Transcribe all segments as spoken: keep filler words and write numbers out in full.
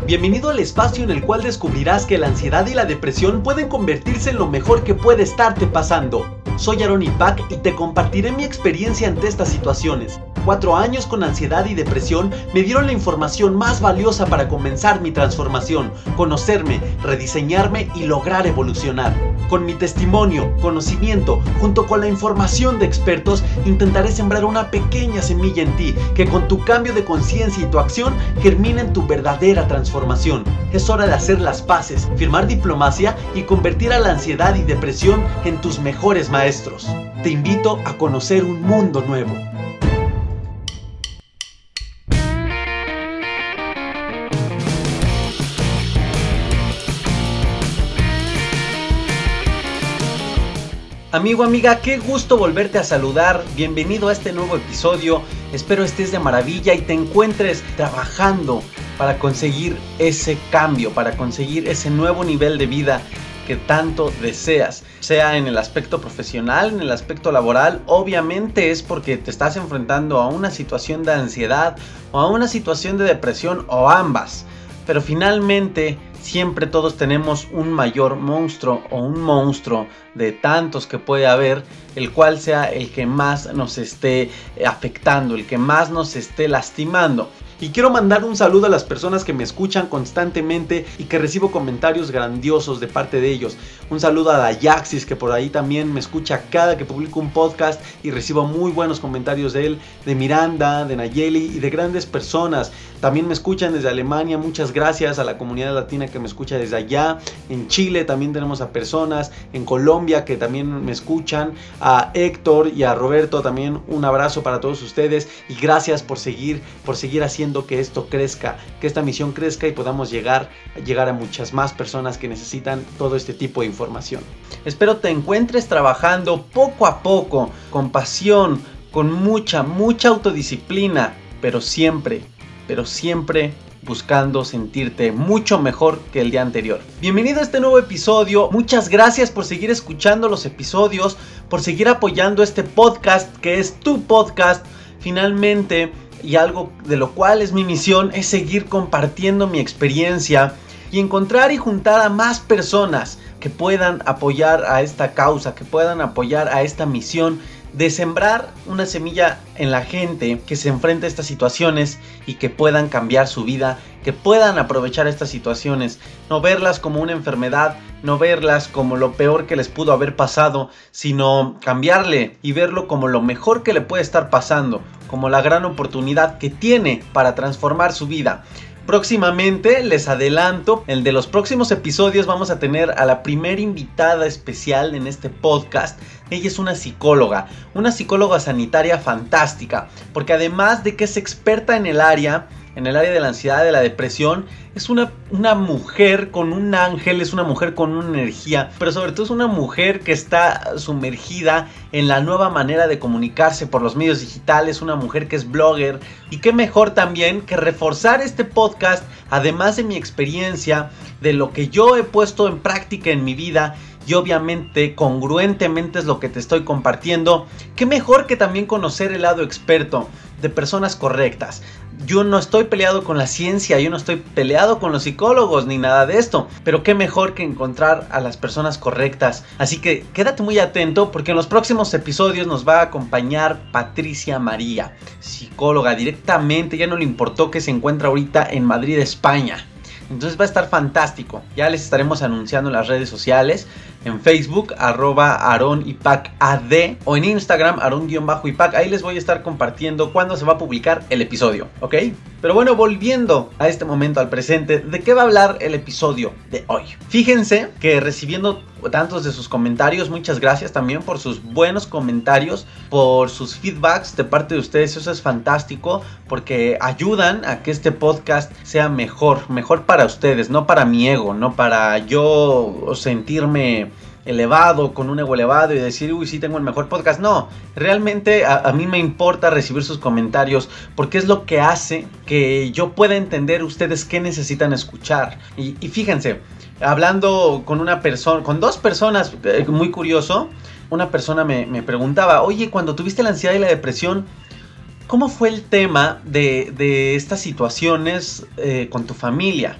Bienvenido al espacio en el cual descubrirás que la ansiedad y la depresión pueden convertirse en lo mejor que puede estarte pasando. Soy Aaron Ipac y te compartiré mi experiencia ante estas situaciones. Cuatro años con ansiedad y depresión me dieron la información más valiosa para comenzar mi transformación, conocerme, rediseñarme y lograr evolucionar. Con mi testimonio, conocimiento, junto con la información de expertos, intentaré sembrar una pequeña semilla en ti que con tu cambio de conciencia y tu acción germine en tu verdadera transformación. Es hora de hacer las paces, firmar diplomacia y convertir a la ansiedad y depresión en tus mejores maestros. Te invito a conocer un mundo nuevo. Amigo, amiga, qué gusto volverte a saludar. Bienvenido a este nuevo episodio. Espero estés de maravilla y te encuentres trabajando para conseguir ese cambio, para conseguir ese nuevo nivel de vida que tanto deseas. Sea en el aspecto profesional, en el aspecto laboral, obviamente es porque te estás enfrentando a una situación de ansiedad o a una situación de depresión o ambas. Pero finalmente siempre todos tenemos un mayor monstruo o un monstruo de tantos que puede haber, el cual sea el que más nos esté afectando, el que más nos esté lastimando. Y quiero mandar un saludo a las personas que me escuchan constantemente y que recibo comentarios grandiosos de parte de ellos. Un saludo a Dayaxis, que por ahí también me escucha cada que publico un podcast y recibo muy buenos comentarios de él, de Miranda, de Nayeli y de grandes personas. También me escuchan desde Alemania, muchas gracias a la comunidad latina que me escucha desde allá. En Chile también tenemos a personas, en Colombia que también me escuchan, a Héctor y a Roberto también un abrazo para todos ustedes y gracias por seguir, por seguir haciendo que esto crezca, que esta misión crezca y podamos llegar, llegar a muchas más personas que necesitan todo este tipo de información. Espero te encuentres trabajando poco a poco, con pasión, con mucha, mucha autodisciplina, pero siempre, pero siempre buscando sentirte mucho mejor que el día anterior. Bienvenido a este nuevo episodio. Muchas gracias por seguir escuchando los episodios, por seguir apoyando este podcast que es tu podcast. Finalmente, y algo de lo cual es mi misión, es seguir compartiendo mi experiencia y encontrar y juntar a más personas que puedan apoyar a esta causa, que puedan apoyar a esta misión de sembrar una semilla en la gente que se enfrenta a estas situaciones y que puedan cambiar su vida, que puedan aprovechar estas situaciones, no verlas como una enfermedad, no verlas como lo peor que les pudo haber pasado, sino cambiarle y verlo como lo mejor que le puede estar pasando, como la gran oportunidad que tiene para transformar su vida. Próximamente, les adelanto, el de los próximos episodios vamos a tener a la primera invitada especial en este podcast. Ella es una psicóloga, una psicóloga sanitaria fantástica, porque además de que es experta en el área, en el área de la ansiedad, de la depresión, es una, una mujer con un ángel, es una mujer con una energía, pero sobre todo es una mujer que está sumergida en la nueva manera de comunicarse por los medios digitales, una mujer que es blogger, y qué mejor también que reforzar este podcast, además de mi experiencia, de lo que yo he puesto en práctica en mi vida, y obviamente congruentemente es lo que te estoy compartiendo. Qué mejor que también conocer el lado experto de personas correctas. Yo no estoy peleado con la ciencia, yo no estoy peleado con los psicólogos ni nada de esto, pero qué mejor que encontrar a las personas correctas. Así que quédate muy atento porque en los próximos episodios nos va a acompañar Patricia María, psicóloga directamente, ya no le importó que se encuentra ahorita en Madrid, España. Entonces va a estar fantástico. Ya les estaremos anunciando en las redes sociales. En Facebook, arroba Aaron Ipac A D. O en Instagram, Aaron-Ipac. Ahí les voy a estar compartiendo cuándo se va a publicar el episodio, ¿ok? Pero bueno, volviendo a este momento, al presente, ¿de qué va a hablar el episodio de hoy? Fíjense que recibiendo tantos de sus comentarios, muchas gracias también por sus buenos comentarios, por sus feedbacks de parte de ustedes. Eso es fantástico porque ayudan a que este podcast sea mejor, mejor para ustedes, no para mi ego, no para yo sentirme elevado, con un ego elevado y decir, uy, sí tengo el mejor podcast. No, realmente a, a mí me importa recibir sus comentarios porque es lo que hace que yo pueda entender ustedes qué necesitan escuchar. Y, y fíjense, hablando con una persona, con dos personas, eh, muy curioso, una persona me, me preguntaba, oye, cuando tuviste la ansiedad y la depresión, ¿cómo fue el tema de, de estas situaciones eh, con tu familia?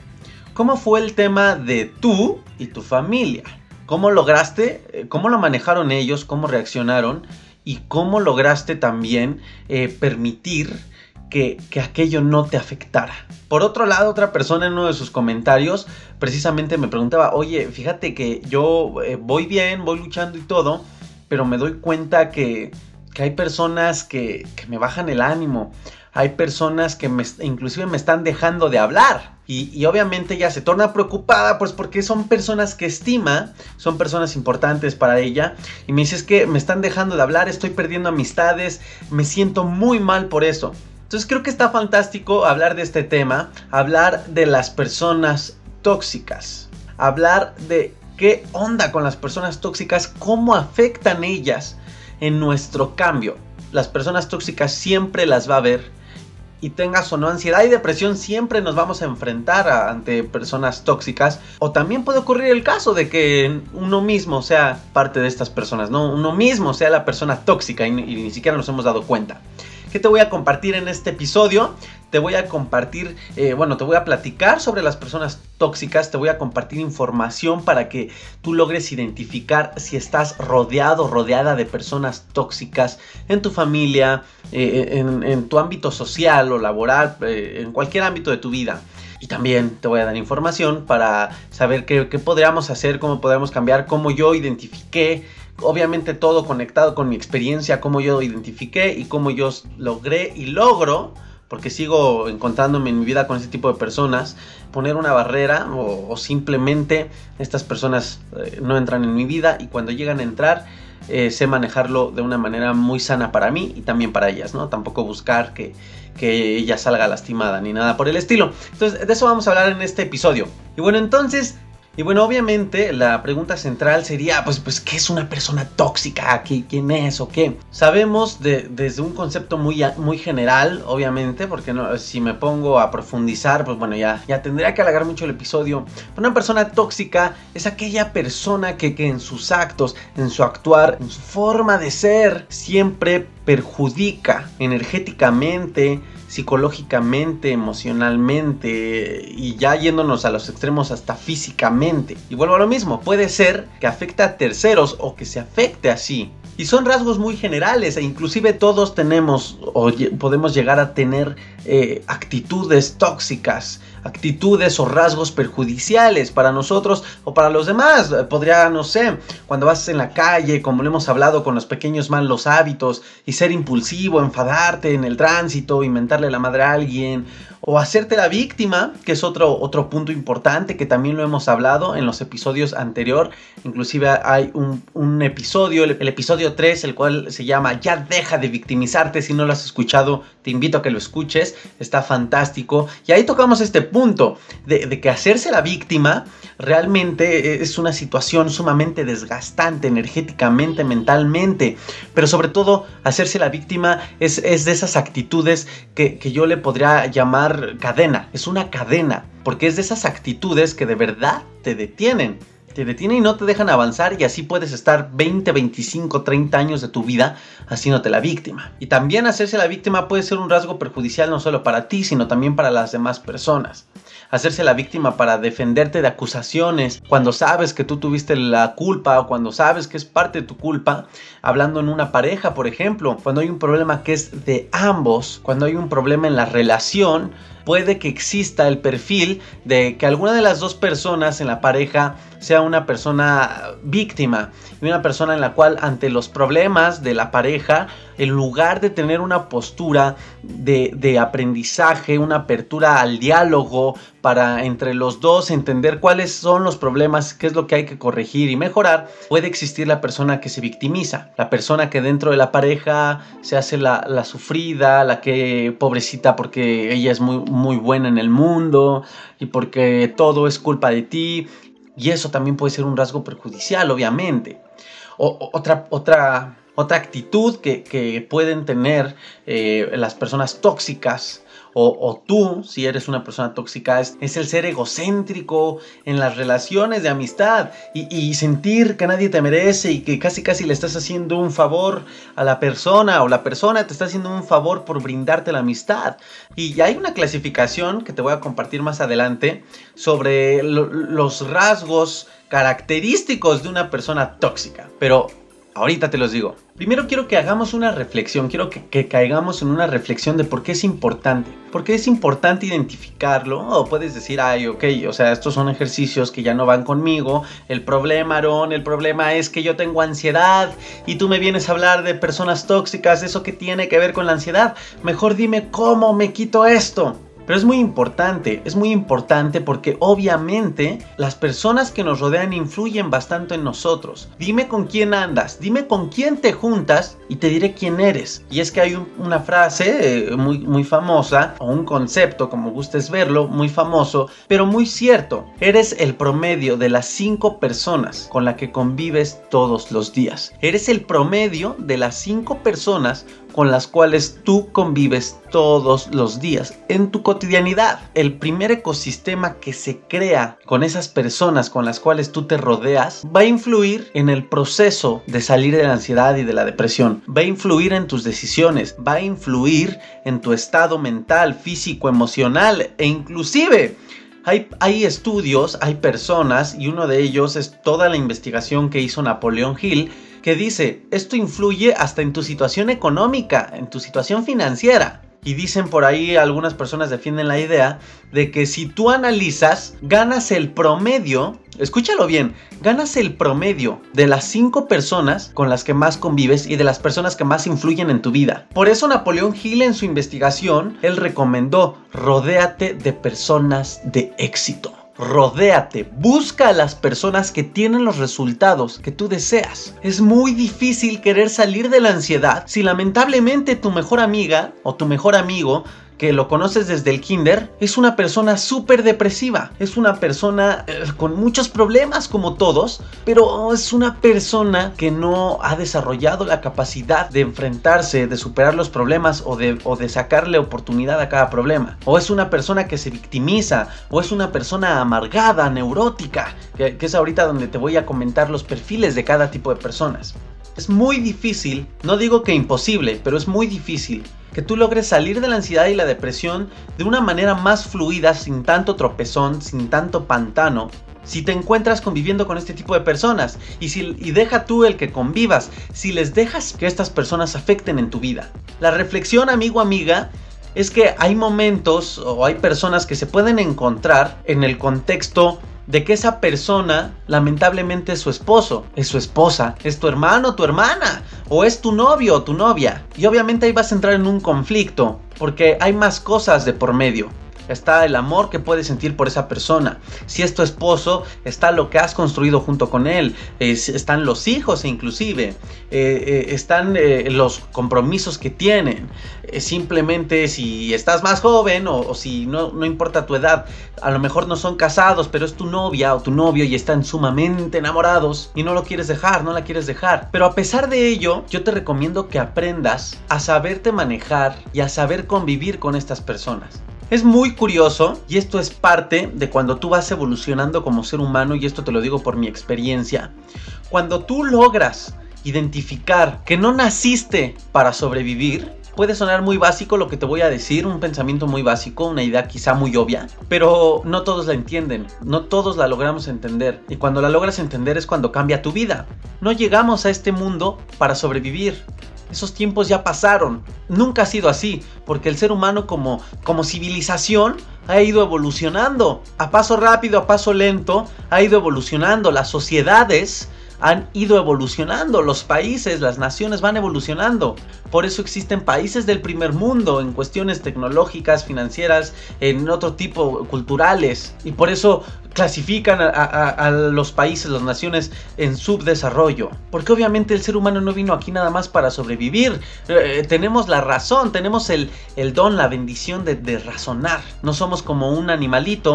¿Cómo fue el tema de tú y tu familia? ¿Cómo lograste, cómo lo manejaron ellos, cómo reaccionaron y cómo lograste también eh, permitir que, que aquello no te afectara? Por otro lado, otra persona en uno de sus comentarios precisamente me preguntaba, oye, fíjate que yo eh, voy bien, voy luchando y todo, pero me doy cuenta que, que hay personas que, que me bajan el ánimo. Hay personas que me, inclusive me están dejando de hablar y, y obviamente ella se torna preocupada pues porque son personas que estima, son personas importantes para ella y me dice es que me están dejando de hablar, estoy perdiendo amistades, me siento muy mal por eso. Entonces creo que está fantástico hablar de este tema, hablar de las personas tóxicas, hablar de qué onda con las personas tóxicas, cómo afectan ellas en nuestro cambio. Las personas tóxicas siempre las va a haber. Y tengas o no ansiedad y depresión, siempre nos vamos a enfrentar a, ante personas tóxicas. O también puede ocurrir el caso de que uno mismo sea parte de estas personas, ¿no? Uno mismo sea la persona tóxica y, y ni siquiera nos hemos dado cuenta. ¿Qué te voy a compartir en este episodio? Te voy a compartir, eh, bueno, te voy a platicar sobre las personas tóxicas, te voy a compartir información para que tú logres identificar si estás rodeado, rodeada de personas tóxicas en tu familia, eh, en, en tu ámbito social o laboral, eh, en cualquier ámbito de tu vida. Y también te voy a dar información para saber qué, qué podríamos hacer, cómo podríamos cambiar, cómo yo identifiqué. Obviamente todo conectado con mi experiencia, cómo yo identifiqué y cómo yo logré y logro, porque sigo encontrándome en mi vida con ese tipo de personas, poner una barrera o, o simplemente estas personas eh, no entran en mi vida y cuando llegan a entrar eh, sé manejarlo de una manera muy sana para mí y también para ellas, ¿no? Tampoco buscar que, que ella salga lastimada ni nada por el estilo. Entonces de eso vamos a hablar en este episodio. Y bueno, entonces... Y bueno, obviamente la pregunta central sería, pues, pues ¿qué es una persona tóxica? ¿Qué, ¿Quién es o qué? Sabemos de, desde un concepto muy, muy general, obviamente, porque no, si me pongo a profundizar, pues bueno, ya, ya tendría que alargar mucho el episodio. Una persona tóxica es aquella persona que, que en sus actos, en su actuar, en su forma de ser, siempre perjudica energéticamente, psicológicamente, emocionalmente y ya yéndonos a los extremos hasta físicamente. Y vuelvo a lo mismo, puede ser que afecte a terceros o que se afecte así. Y son rasgos muy generales e inclusive todos tenemos o podemos llegar a tener eh, actitudes tóxicas, actitudes o rasgos perjudiciales para nosotros o para los demás. Podría, no sé, cuando vas en la calle, como lo hemos hablado con los pequeños malos hábitos y ser impulsivo, enfadarte en el tránsito, inventarle la madre a alguien o hacerte la víctima, que es otro, otro punto importante que también lo hemos hablado en los episodios anteriores. Inclusive hay un, un episodio, el, el episodio tres, el cual se llama Ya deja de victimizarte. Si no lo has escuchado, te invito a que lo escuches, está fantástico. Y ahí tocamos este punto de, de que hacerse la víctima realmente es una situación sumamente desgastante energéticamente, mentalmente, pero sobre todo hacerse la víctima es, es de esas actitudes que, que yo le podría llamar cadena, es una cadena, porque es de esas actitudes que de verdad te detienen. Te detienen y no te dejan avanzar y así puedes estar veinte, veinticinco, treinta años de tu vida haciéndote la víctima. Y también hacerse la víctima puede ser un rasgo perjudicial no solo para ti, sino también para las demás personas. Hacerse la víctima para defenderte de acusaciones cuando sabes que tú tuviste la culpa o cuando sabes que es parte de tu culpa, hablando en una pareja, por ejemplo, cuando hay un problema que es de ambos, cuando hay un problema en la relación, puede que exista el perfil de que alguna de las dos personas en la pareja sea una persona víctima y una persona en la cual ante los problemas de la pareja, en lugar de tener una postura de, de aprendizaje, una apertura al diálogo para entre los dos entender cuáles son los problemas, qué es lo que hay que corregir y mejorar, puede existir la persona que se victimiza, la persona que dentro de la pareja se hace la, la sufrida, la que pobrecita porque ella es muy, muy buena en el mundo y porque todo es culpa de ti. Y eso también puede ser un rasgo perjudicial, obviamente. O, otra, otra Otra actitud que, que pueden tener eh, las personas tóxicas o, o tú, si eres una persona tóxica, es, es el ser egocéntrico en las relaciones de amistad y, y sentir que nadie te merece y que casi casi le estás haciendo un favor a la persona o la persona te está haciendo un favor por brindarte la amistad. Y hay una clasificación que te voy a compartir más adelante sobre lo, los rasgos característicos de una persona tóxica, pero ahorita te los digo. Primero quiero que hagamos una reflexión, quiero que, que caigamos en una reflexión de por qué es importante. ¿Por qué es importante identificarlo? O puedes decir, ay, ok, o sea, estos son ejercicios que ya no van conmigo. El problema, Aarón, el problema es que yo tengo ansiedad y tú me vienes a hablar de personas tóxicas. ¿Eso qué tiene que ver con la ansiedad? Mejor dime cómo me quito esto. Pero es muy importante, es muy importante porque obviamente las personas que nos rodean influyen bastante en nosotros. Dime con quién andas, dime con quién te juntas y te diré quién eres. Y es que hay un, una frase eh, muy, muy famosa, o un concepto, como gustes verlo, muy famoso, pero muy cierto. Eres el promedio de las cinco personas con las que convives todos los días. Eres el promedio de las cinco personas con las cuales tú convives todos los días en tu cotidianidad. El primer ecosistema que se crea con esas personas con las cuales tú te rodeas va a influir en el proceso de salir de la ansiedad y de la depresión. Va a influir en tus decisiones, va a influir en tu estado mental, físico, emocional e inclusive Hay, hay estudios, hay personas, y uno de ellos es toda la investigación que hizo Napoleón Hill, que dice, esto influye hasta en tu situación económica, en tu situación financiera. Y dicen por ahí, algunas personas defienden la idea de que si tú analizas, ganas el promedio, escúchalo bien, ganas el promedio de las cinco personas con las que más convives y de las personas que más influyen en tu vida. Por eso Napoleón Hill en su investigación, él recomendó, rodéate de personas de éxito. Rodéate, busca a las personas que tienen los resultados que tú deseas. Es muy difícil querer salir de la ansiedad si lamentablemente tu mejor amiga o tu mejor amigo, que lo conoces desde el kinder, es una persona súper depresiva, es una persona eh, con muchos problemas como todos, pero es una persona que no ha desarrollado la capacidad de enfrentarse, de superar los problemas o de, o de sacarle oportunidad a cada problema. O es una persona que se victimiza, o es una persona amargada, neurótica, que, que es ahorita donde te voy a comentar los perfiles de cada tipo de personas. Es muy difícil, no digo que imposible, pero es muy difícil que tú logres salir de la ansiedad y la depresión de una manera más fluida, sin tanto tropezón, sin tanto pantano, si te encuentras conviviendo con este tipo de personas. Y, si, y deja tú el que convivas, si les dejas que estas personas afecten en tu vida. La reflexión, amigo, amiga, es que hay momentos o hay personas que se pueden encontrar en el contexto de que esa persona lamentablemente es su esposo, es su esposa, es tu hermano, tu hermana, o es tu novio o tu novia. Y obviamente ahí vas a entrar en un conflicto, porque hay más cosas de por medio. Está el amor que puedes sentir por esa persona. Si es tu esposo, está lo que has construido junto con él. Eh, están los hijos inclusive. Eh, eh, están eh, los compromisos que tienen. Eh, simplemente si estás más joven o, o si no, no importa tu edad, a lo mejor no son casados, pero es tu novia o tu novio y están sumamente enamorados y no lo quieres dejar, no la quieres dejar. Pero a pesar de ello, yo te recomiendo que aprendas a saberte manejar y a saber convivir con estas personas. Es muy curioso, y esto es parte de cuando tú vas evolucionando como ser humano, y esto te lo digo por mi experiencia. Cuando tú logras identificar que no naciste para sobrevivir, puede sonar muy básico lo que te voy a decir, un pensamiento muy básico, una idea quizá muy obvia, pero no todos la entienden, no todos la logramos entender, y cuando la logras entender es cuando cambia tu vida. No llegamos a este mundo para sobrevivir. Esos tiempos ya pasaron. Nunca ha sido así, porque el ser humano como, como civilización ha ido evolucionando. A paso rápido, a paso lento, ha ido evolucionando. Las sociedades han ido evolucionando. Los países, las naciones van evolucionando. Por eso existen países del primer mundo en cuestiones tecnológicas, financieras, en otro tipo culturales. Y por eso clasifican a, a, a los países, las naciones en subdesarrollo. Porque obviamente el ser humano no vino aquí nada más para sobrevivir. Eh, tenemos la razón, tenemos el, el don, la bendición de, de razonar. No somos como un animalito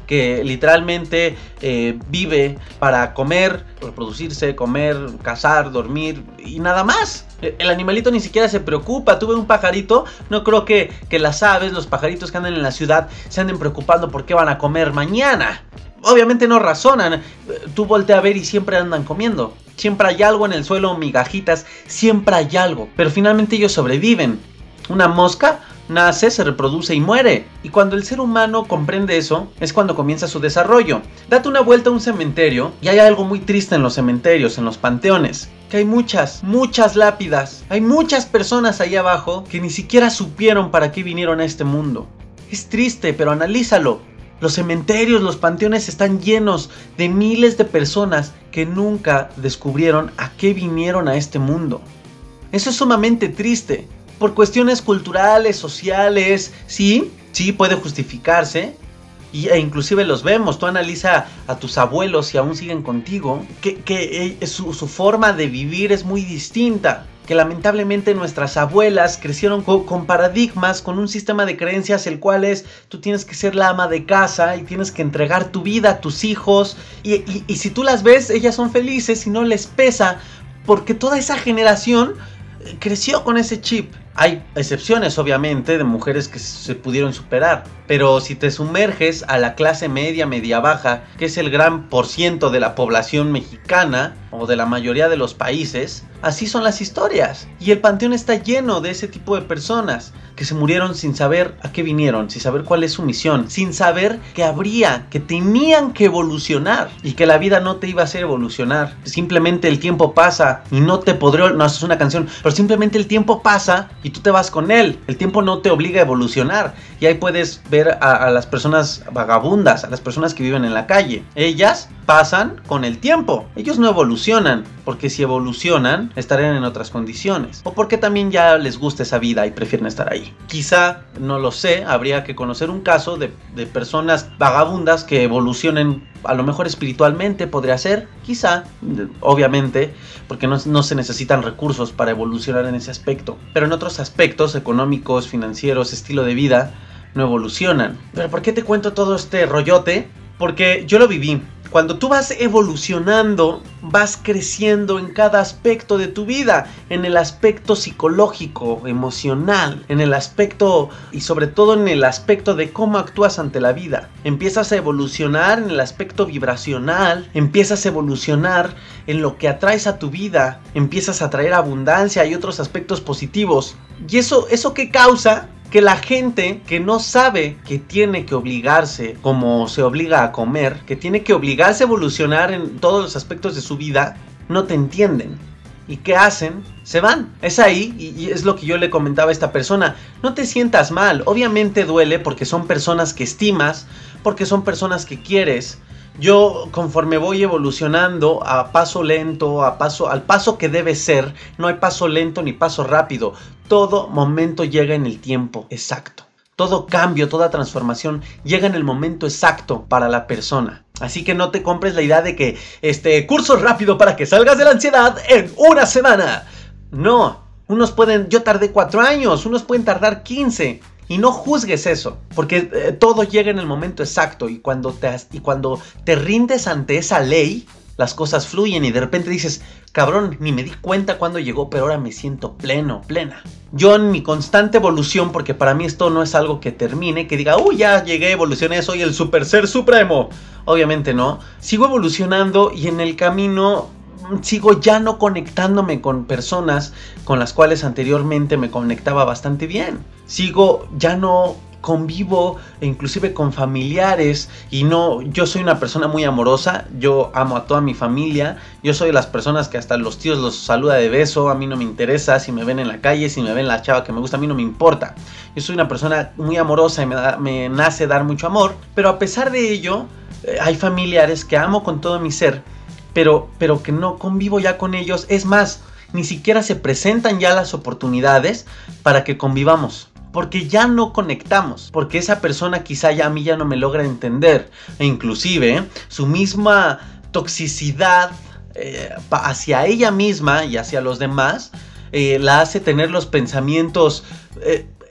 que literalmente eh, vive para comer, reproducirse, comer, cazar, dormir y nada más. El animalito ni siquiera se preocupa. Tuve un pajarito, no creo que, que las aves, los pajaritos que andan en la ciudad se anden preocupando por qué van a comer mañana. Obviamente no razonan. Tú voltea a ver y siempre andan comiendo. Siempre hay algo en el suelo, migajitas, siempre hay algo. Pero finalmente ellos sobreviven. Una mosca nace, se reproduce y muere. Y cuando el ser humano comprende eso, es cuando comienza su desarrollo. Date una vuelta a un cementerio y hay algo muy triste en los cementerios, en los panteones. Que hay muchas, muchas lápidas. Hay muchas personas ahí abajo que ni siquiera supieron para qué vinieron a este mundo. Es triste, pero analízalo. Los cementerios, los panteones están llenos de miles de personas que nunca descubrieron a qué vinieron a este mundo. Eso es sumamente triste. Por cuestiones culturales, sociales, sí, sí puede justificarse. Y, e inclusive los vemos. Tú analiza a tus abuelos si aún siguen contigo. Que, que eh, su, su forma de vivir es muy distinta. Que lamentablemente nuestras abuelas crecieron con, con paradigmas, con un sistema de creencias el cual es tú tienes que ser la ama de casa y tienes que entregar tu vida a tus hijos y, y, y si tú las ves, ellas son felices y no les pesa porque toda esa generación creció con ese chip. Hay excepciones, obviamente, de mujeres que se pudieron superar. Pero si te sumerges a la clase media, media baja, que es el gran por ciento de la población mexicana o de la mayoría de los países, así son las historias. Y el panteón está lleno de ese tipo de personas que se murieron sin saber a qué vinieron, sin saber cuál es su misión, sin saber que habría, que tenían que evolucionar y que la vida no te iba a hacer evolucionar. Simplemente el tiempo pasa y no te podré, no, es una canción, pero simplemente el tiempo pasa y tú te vas con él. El tiempo no te obliga a evolucionar. Y ahí puedes ver a, a las personas vagabundas, a las personas que viven en la calle. Ellas pasan con el tiempo. Ellos no evolucionan, porque si evolucionan estarían en otras condiciones. O porque también ya les gusta esa vida y prefieren estar ahí. Quizá, no lo sé, habría que conocer un caso de, de personas vagabundas que evolucionen a lo mejor espiritualmente, podría ser, quizá, obviamente, porque no, no se necesitan recursos para evolucionar en ese aspecto. Pero en otros aspectos económicos, financieros, estilo de vida, no evolucionan. ¿Pero por qué te cuento todo este rollote? Porque yo lo viví. Cuando tú vas evolucionando, vas creciendo en cada aspecto de tu vida, en el aspecto psicológico, emocional, en el aspecto y sobre todo en el aspecto de cómo actúas ante la vida. Empiezas a evolucionar en el aspecto vibracional, empiezas a evolucionar en lo que atraes a tu vida, empiezas a traer abundancia y otros aspectos positivos. ¿Y eso, eso qué causa? Que la gente que no sabe que tiene que obligarse, como se obliga a comer, que tiene que obligarse a evolucionar en todos los aspectos de su vida, no te entienden. ¿Y qué hacen? Se van. Es ahí, y, y es lo que yo le comentaba a esta persona. No te sientas mal. Obviamente duele porque son personas que estimas, porque son personas que quieres. Yo, conforme voy evolucionando a paso lento, a paso, al paso que debe ser, no hay paso lento ni paso rápido. Todo momento llega en el tiempo exacto. Todo cambio, toda transformación llega en el momento exacto para la persona. Así que no te compres la idea de que este curso rápido para que salgas de la ansiedad en una semana. No, unos pueden, yo tardé cuatro años, unos pueden tardar quince. Y no juzgues eso, porque eh, todo llega en el momento exacto y cuando, te, y cuando te rindes ante esa ley, las cosas fluyen y de repente dices, cabrón, ni me di cuenta cuando llegó, pero ahora me siento pleno, plena. Yo en mi constante evolución, porque para mí esto no es algo que termine, que diga, uy, ya llegué, evolucioné, soy el super ser supremo. Obviamente no, sigo evolucionando y en el camino sigo ya no conectándome con personas con las cuales anteriormente me conectaba bastante bien. Sigo ya no convivo inclusive con familiares y no, yo soy una persona muy amorosa, yo amo a toda mi familia, yo soy de las personas que hasta los tíos los saluda de beso, a mí no me interesa si me ven en la calle, si me ven la chava que me gusta, a mí no me importa. Yo soy una persona muy amorosa y me, da, me nace dar mucho amor, pero a pesar de ello, eh, hay familiares que amo con todo mi ser, Pero, pero que no convivo ya con ellos. Es más, ni siquiera se presentan ya las oportunidades para que convivamos. Porque ya no conectamos. Porque esa persona quizá ya a mí ya no me logra entender. E inclusive su misma toxicidad eh, hacia ella misma y hacia los demás eh, la hace tener los pensamientos... Eh,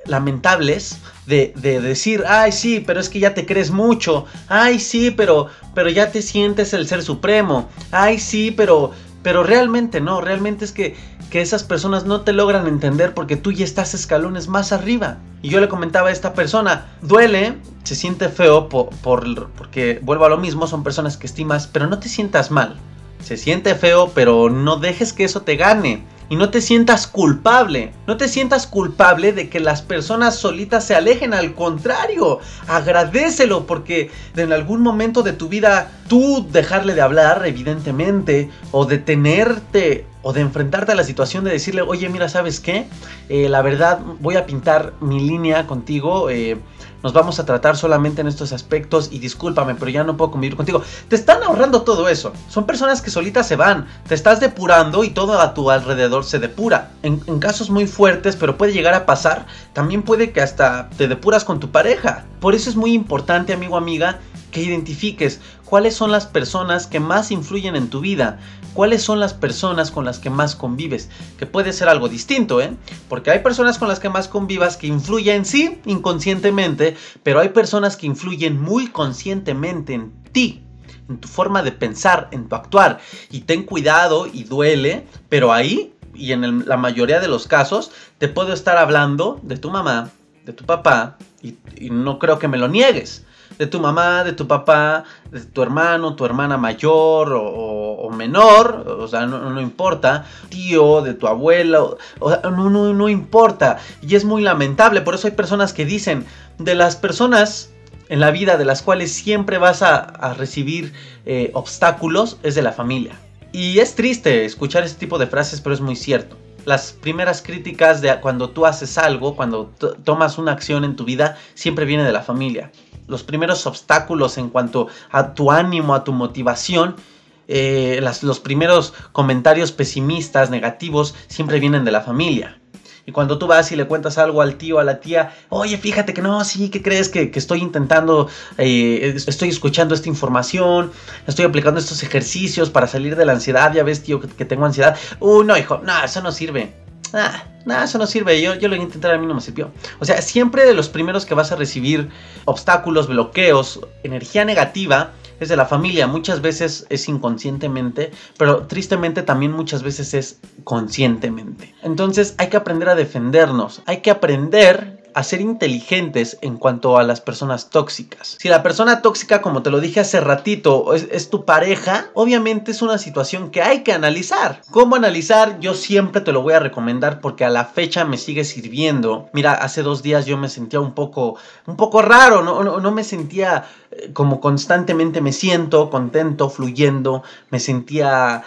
lamentables de, de decir, ay sí, pero es que ya te crees mucho, ay sí, pero, pero ya te sientes el ser supremo, ay sí, pero, pero realmente no, realmente es que, que esas personas no te logran entender porque tú ya estás escalones más arriba. Y yo le comentaba a esta persona, duele, se siente feo por, por, porque vuelvo a lo mismo, son personas que estimas, pero no te sientas mal, se siente feo, pero no dejes que eso te gane. Y no te sientas culpable, no te sientas culpable de que las personas solitas se alejen, al contrario, agradécelo porque en algún momento de tu vida tú dejarle de hablar, evidentemente, o detenerte o de enfrentarte a la situación de decirle, oye, mira, ¿sabes qué? Eh, la verdad, voy a pintar mi línea contigo, eh, nos vamos a tratar solamente en estos aspectos y discúlpame, pero ya no puedo convivir contigo. Te están ahorrando todo eso. Son personas que solitas se van. Te estás depurando y todo a tu alrededor se depura. En, en casos muy fuertes, pero puede llegar a pasar, también puede que hasta te depuras con tu pareja. Por eso es muy importante, amigo, amiga, que identifiques cuáles son las personas que más influyen en tu vida, cuáles son las personas con las que más convives, que puede ser algo distinto, ¿eh? Porque hay personas con las que más convivas que influyen, sí, inconscientemente, pero hay personas que influyen muy conscientemente en ti, en tu forma de pensar, en tu actuar, y ten cuidado y duele, pero ahí, y en el, la mayoría de los casos, te puedo estar hablando de tu mamá, de tu papá, y, y no creo que me lo niegues. De tu mamá, de tu papá, de tu hermano, tu hermana mayor o, o menor, o sea, no, no importa, tío, de tu abuela, o, o sea, no, no, no importa. Y es muy lamentable, por eso hay personas que dicen, de las personas en la vida de las cuales siempre vas a, a recibir eh, obstáculos, es de la familia. Y es triste escuchar ese tipo de frases, pero es muy cierto. Las primeras críticas de cuando tú haces algo, cuando t- tomas una acción en tu vida, siempre viene de la familia. Los primeros obstáculos en cuanto a tu ánimo, a tu motivación, eh, las, los primeros comentarios pesimistas, negativos, siempre vienen de la familia. Y cuando tú vas y le cuentas algo al tío, a la tía, oye, fíjate que no, sí, ¿qué crees? Que, que estoy intentando, eh, estoy escuchando esta información, estoy aplicando estos ejercicios para salir de la ansiedad, ya ves, tío, que, que tengo ansiedad. Uh, no, hijo, no, eso no sirve. Ah, no, eso no sirve, yo, yo lo intenté, a mí no me sirvió. O sea, siempre de los primeros que vas a recibir obstáculos, bloqueos, energía negativa, es de la familia. Muchas veces es inconscientemente, pero tristemente también muchas veces es conscientemente. Entonces hay que aprender a defendernos, hay que aprender a ser inteligentes en cuanto a las personas tóxicas. Si la persona tóxica, como te lo dije hace ratito, es, es tu pareja, obviamente es una situación que hay que analizar. ¿Cómo analizar? Yo siempre te lo voy a recomendar porque a la fecha me sigue sirviendo. Mira, hace dos días yo me sentía un poco, un poco raro, no, no, no me sentía eh, como constantemente me siento, contento, fluyendo, me sentía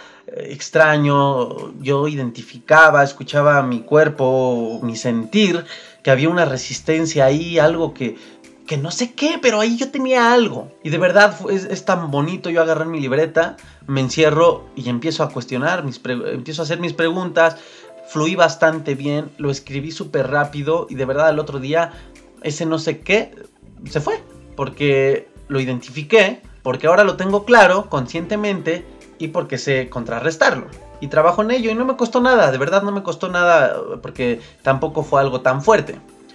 extraño, yo identificaba, escuchaba mi cuerpo, mi sentir, que había una resistencia ahí, algo que, que no sé qué, pero ahí yo tenía algo. Y de verdad es, es tan bonito yo agarrar mi libreta, me encierro y empiezo a cuestionar, mis pre- empiezo a hacer mis preguntas, fluí bastante bien, lo escribí súper rápido y de verdad el otro día ese no sé qué se fue, porque lo identifiqué, porque ahora lo tengo claro conscientemente y porque sé contrarrestarlo. Y trabajo en ello y no me costó nada, de verdad no me costó nada porque tampoco fue algo tan fuerte.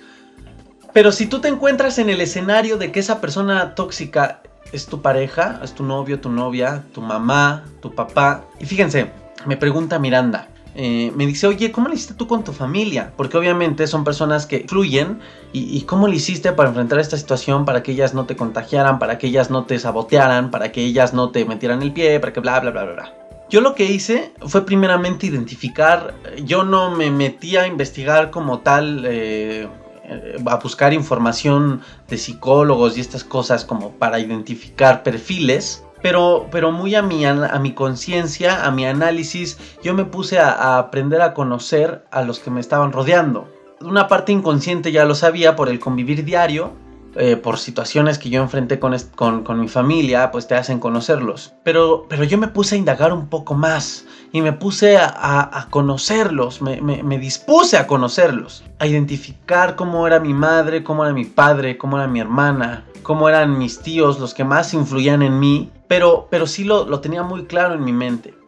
Pero si tú te encuentras en el escenario de que esa persona tóxica es tu pareja, es tu novio, tu novia, tu mamá, tu papá. Y fíjense, me pregunta Miranda, eh, me dice, oye, ¿cómo le hiciste tú con tu familia? Porque obviamente son personas que fluyen. ¿Y, y cómo le hiciste para enfrentar esta situación, para que ellas no te contagiaran, para que ellas no te sabotearan, para que ellas no te metieran el pie, para que bla, bla, bla, bla, bla? Yo lo que hice fue primeramente identificar, yo no me metí a investigar como tal, eh, a buscar información de psicólogos y estas cosas como para identificar perfiles, pero, pero muy a mi, a mi conciencia, a mi análisis, yo me puse a, a aprender a conocer a los que me estaban rodeando. Una parte inconsciente ya lo sabía por el convivir diario, Eh, por situaciones que yo enfrenté con, con, con mi familia, pues te hacen conocerlos. Pero, pero yo me puse a indagar un poco más y me puse a, a, a conocerlos, me, me, me dispuse a conocerlos, a identificar cómo era mi madre, cómo era mi padre, cómo era mi hermana, cómo eran mis tíos, los que más influían en mí, pero, pero sí lo, lo tenía muy claro en mi mente.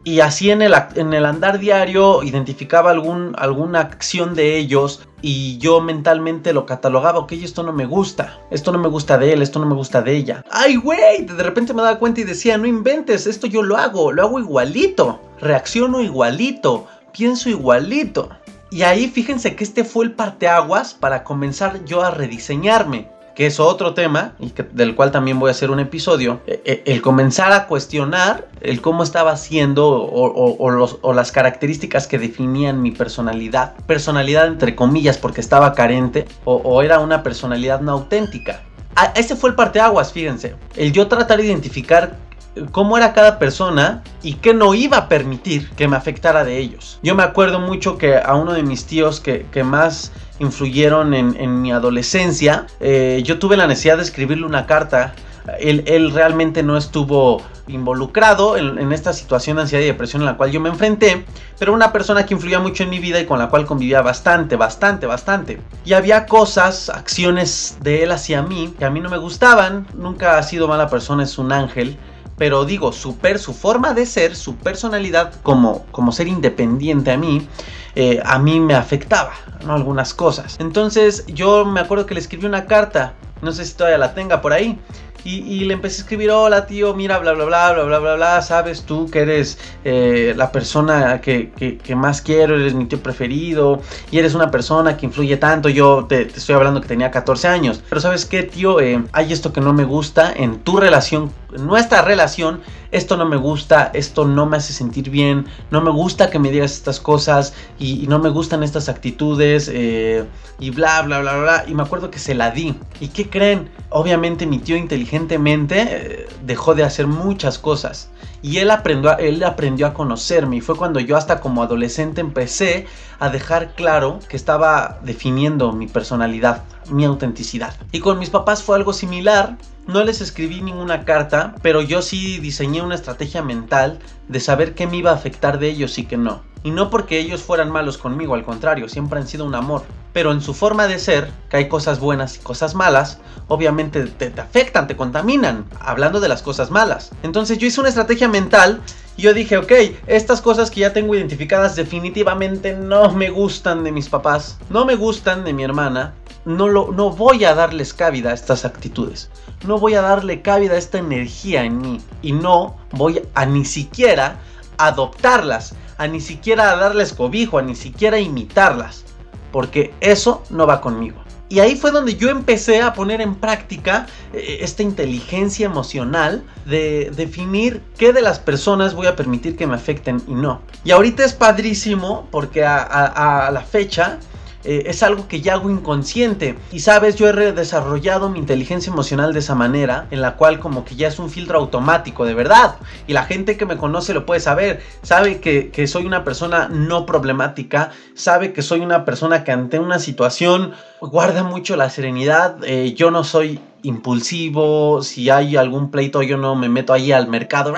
y así en el, en el andar diario identificaba algún, alguna acción de ellos y yo mentalmente lo catalogaba. Ok, esto no me gusta, esto no me gusta de él, esto no me gusta de ella. ¡Ay, güey! De repente me daba cuenta y decía, no inventes, esto yo lo hago, lo hago igualito, reacciono igualito, pienso igualito. Y ahí fíjense que este fue el parteaguas para comenzar yo a rediseñarme, que es otro tema y que, del cual también voy a hacer un episodio. El, el comenzar a cuestionar el cómo estaba siendo o, o, o, los, o las características que definían mi personalidad. Personalidad entre comillas porque estaba carente o, o era una personalidad no auténtica. A, ese fue el parteaguas, fíjense. El yo tratar de identificar cómo era cada persona y qué no iba a permitir que me afectara de ellos. Yo me acuerdo mucho que a uno de mis tíos que, que más influyeron en, en mi adolescencia, eh, yo tuve la necesidad de escribirle una carta. Él, él realmente no estuvo involucrado en, en esta situación de ansiedad y depresión en la cual yo me enfrenté, pero una persona que influía mucho en mi vida y con la cual convivía bastante, bastante, bastante. Y había cosas, acciones de él hacia mí que a mí no me gustaban. Nunca ha sido mala persona, es un ángel. Pero digo, su, per, su forma de ser, su personalidad como, como ser independiente a mí, eh, a mí me afectaba, ¿no? Algunas cosas. Entonces yo me acuerdo que le escribí una carta, no sé si todavía la tenga por ahí. Y, y le empecé a escribir, hola tío, mira, bla, bla, bla, bla, bla, bla, bla, sabes tú que eres eh, la persona que, que, que más quiero, eres mi tío preferido y eres una persona que influye tanto. Yo te, te estoy hablando que tenía catorce años, pero ¿sabes qué, tío? Eh, hay esto que no me gusta en tu relación, en nuestra relación, esto no me gusta, esto no me hace sentir bien, no me gusta que me digas estas cosas y, y no me gustan estas actitudes eh, y bla, bla, bla, bla. Y me acuerdo que se la di. ¿Y qué creen? Obviamente mi tío inteligentemente eh, dejó de hacer muchas cosas y él aprendió, a, él aprendió a conocerme y fue cuando yo hasta como adolescente empecé a dejar claro que estaba definiendo mi personalidad, mi autenticidad. Y con mis papás fue algo similar. No les escribí ninguna carta, pero yo sí diseñé una estrategia mental de saber qué me iba a afectar de ellos y qué no. Y no porque ellos fueran malos conmigo, al contrario, siempre han sido un amor. Pero en su forma de ser, que hay cosas buenas y cosas malas, obviamente te, te afectan, te contaminan, hablando de las cosas malas. Entonces yo hice una estrategia mental y yo dije, ok, estas cosas que ya tengo identificadas definitivamente no me gustan de mis papás, no me gustan de mi hermana. No, lo, no voy a darles cabida a estas actitudes. No voy a darle cabida a esta energía en mí. Y no voy a ni siquiera adoptarlas. A ni siquiera a darles cobijo. A ni siquiera imitarlas. Porque eso no va conmigo. Y ahí fue donde yo empecé a poner en práctica eh, esta inteligencia emocional de definir qué de las personas voy a permitir que me afecten y no. Y ahorita es padrísimo porque a, a, a la fecha eh, es algo que ya hago inconsciente. Y sabes, yo he desarrollado mi inteligencia emocional de esa manera, en la cual como que ya es un filtro automático, de verdad. Y la gente que me conoce lo puede saber. Sabe que, que soy una persona no problemática. Sabe que soy una persona que ante una situación guarda mucho la serenidad. Eh, yo no soy impulsivo. Si hay algún pleito, yo no me meto ahí al mercado.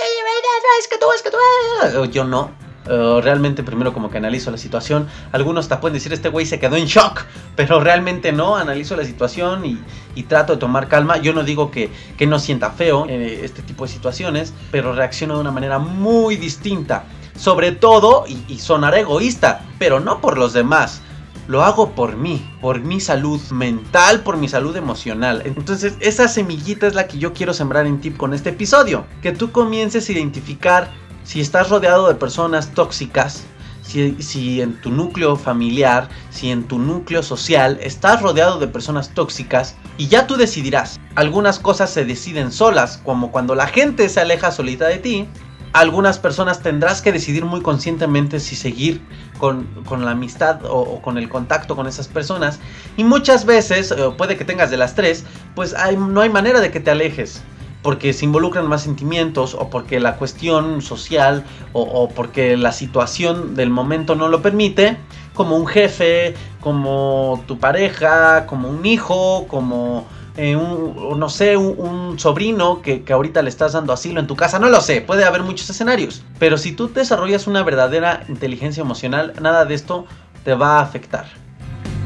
Es que tú, es que tú. Yo no. Uh, realmente primero como que analizo la situación. Algunos te pueden decir, este güey se quedó en shock, pero realmente no, analizo la situación y, y trato de tomar calma. Yo no digo que, que no sienta feo eh, este tipo de situaciones, pero reacciono de una manera muy distinta. Sobre todo, y, y sonar egoísta, pero no por los demás. Lo hago por mí, por mi salud mental, por mi salud emocional. Entonces esa semillita es la que yo quiero sembrar en ti con este episodio. Que tú comiences a identificar si estás rodeado de personas tóxicas, si, si en tu núcleo familiar, si en tu núcleo social estás rodeado de personas tóxicas, y ya tú decidirás. Algunas cosas se deciden solas, como cuando la gente se aleja solita de ti. Algunas personas tendrás que decidir muy conscientemente si seguir con, con la amistad o, o con el contacto con esas personas. Y muchas veces, eh, puede que tengas de las tres, pues hay, no hay manera de que te alejes. Porque se involucran más sentimientos o porque la cuestión social o, o porque la situación del momento no lo permite, como un jefe, como tu pareja, como un hijo, como eh, un, no sé, un, un sobrino que, que ahorita le estás dando asilo en tu casa, no lo sé, puede haber muchos escenarios. Pero si tú desarrollas una verdadera inteligencia emocional, nada de esto te va a afectar.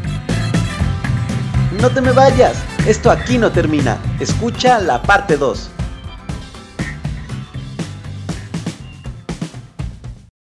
No te me vayas, esto aquí no termina, escucha la parte dos.